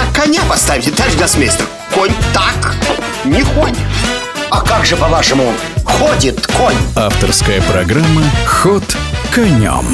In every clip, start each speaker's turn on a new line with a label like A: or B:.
A: так коня поставите, товарищ гроссмейстер? Конь так не ходит.
B: А как же, по-вашему, ходит конь?
C: Авторская программа «Ход конем».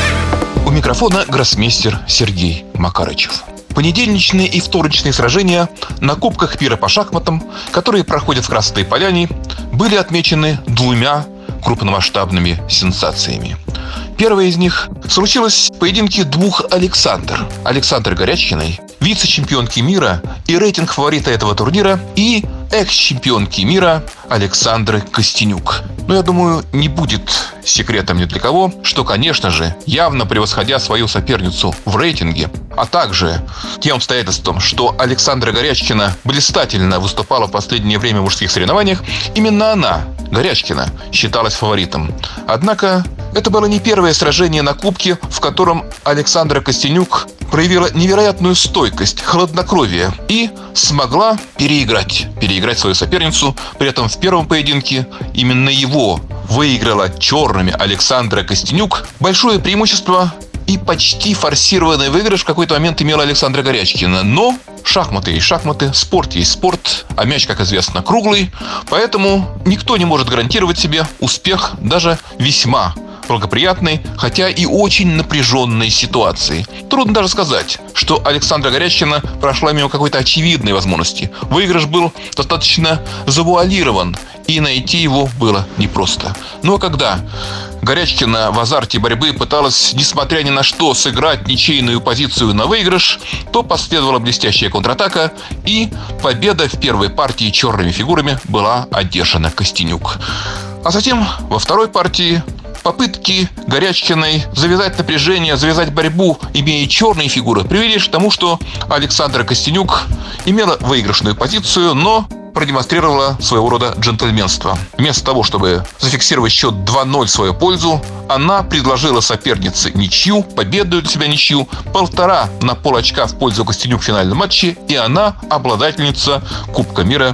D: У микрофона гроссмейстер Сергей Макарычев. Понедельничные и вторничные сражения на Кубках мира по шахматам, которые проходят в Красной Поляне, были отмечены двумя крупномасштабными сенсациями. Первая из них случилась в поединке двух Александр. Александры Горячкиной, вице-чемпионки мира и рейтинг фаворита этого турнира, и экс-чемпионки мира Александры Костенюк. Но я думаю, не будет секретом ни для кого, что, конечно же, явно превосходя свою соперницу в рейтинге, а также тем обстоятельством, что Александра Горячкина блистательно выступала в последнее время в мужских соревнованиях, именно она, Горячкина, считалась фаворитом. Однако это было не первое сражение на Кубке, в котором Александра Костенюк проявила невероятную стойкость, хладнокровие и смогла переиграть свою соперницу. При этом в первом поединке именно его выиграла черными Александра Костенюк. Большое преимущество и почти форсированный выигрыш в какой-то момент имела Александра Горячкина. Но шахматы есть шахматы, спорт есть спорт, а мяч, как известно, круглый. Поэтому никто не может гарантировать себе успех даже весьма благоприятной, хотя и очень напряженной ситуации. Трудно даже сказать, что Александра Горячкина прошла мимо какой-то очевидной возможности. Выигрыш был достаточно завуалирован, и найти его было непросто. Но когда Горячкина в азарте борьбы пыталась, несмотря ни на что, сыграть ничейную позицию на выигрыш, то последовала блестящая контратака, и победа в первой партии черными фигурами была одержана Костенюк. А затем во второй партии попытки Горячкиной завязать напряжение, завязать борьбу, имея черные фигуры, привели к тому, что Александра Костенюк имела выигрышную позицию, но продемонстрировала своего рода джентльменство. Вместо того, чтобы зафиксировать счет 2-0 в свою пользу, она предложила сопернице ничью, победу для себя ничью, 1,5 на полочка в пользу Костенюк в финальном матче, и она обладательница Кубка мира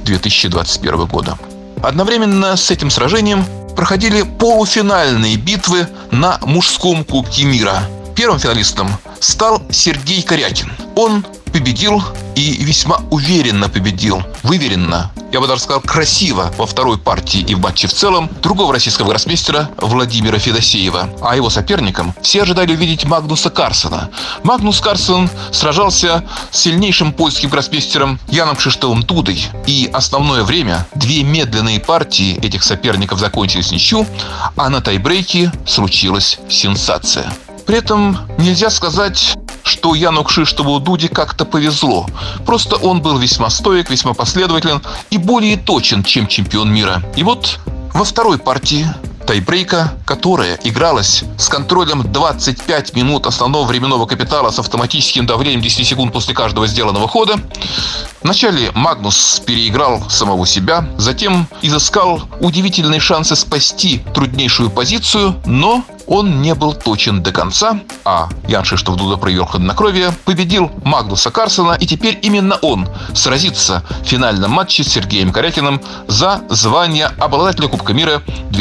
D: 2021 года. Одновременно с этим сражением проходили полуфинальные битвы на мужском Кубке мира. Первым финалистом стал Сергей Корякин. Он победил и весьма уверенно победил, выверенно, я бы даже сказал, красиво во второй партии и в матче в целом другого российского гроссмейстера Владимира Федосеева. А его соперником все ожидали увидеть Магнуса Карсена. Магнус Карсен сражался с сильнейшим польским гроссмейстером Яном Кшиштофом Дудой. И основное время, две медленные партии этих соперников закончились ничью, а на тайбрейке случилась сенсация. При этом нельзя сказать, что Яну Кшиштофу Дуде как-то повезло. Просто он был весьма стоек, весьма последователен и более точен, чем чемпион мира. И вот во второй партии тайбрейка, которая игралась с контролем 25 минут основного временного капитала с автоматическим давлением 10 секунд после каждого сделанного хода, вначале Магнус переиграл самого себя, затем изыскал удивительные шансы спасти труднейшую позицию, но он не был точен до конца, а Ян Кшиштоф Дуда проявил хладнокровие, победил Магнуса Карсена, и теперь именно он сразится в финальном матче с Сергеем Корякиным за звание обладателя Кубка мира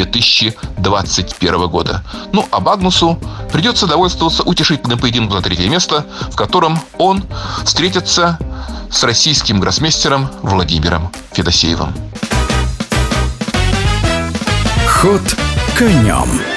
D: 2021 года. Ну, а Магнусу придется довольствоваться утешительным поединком за третье место, в котором он встретится с российским гроссмейстером Владимиром Федосеевым.
C: Ход конем.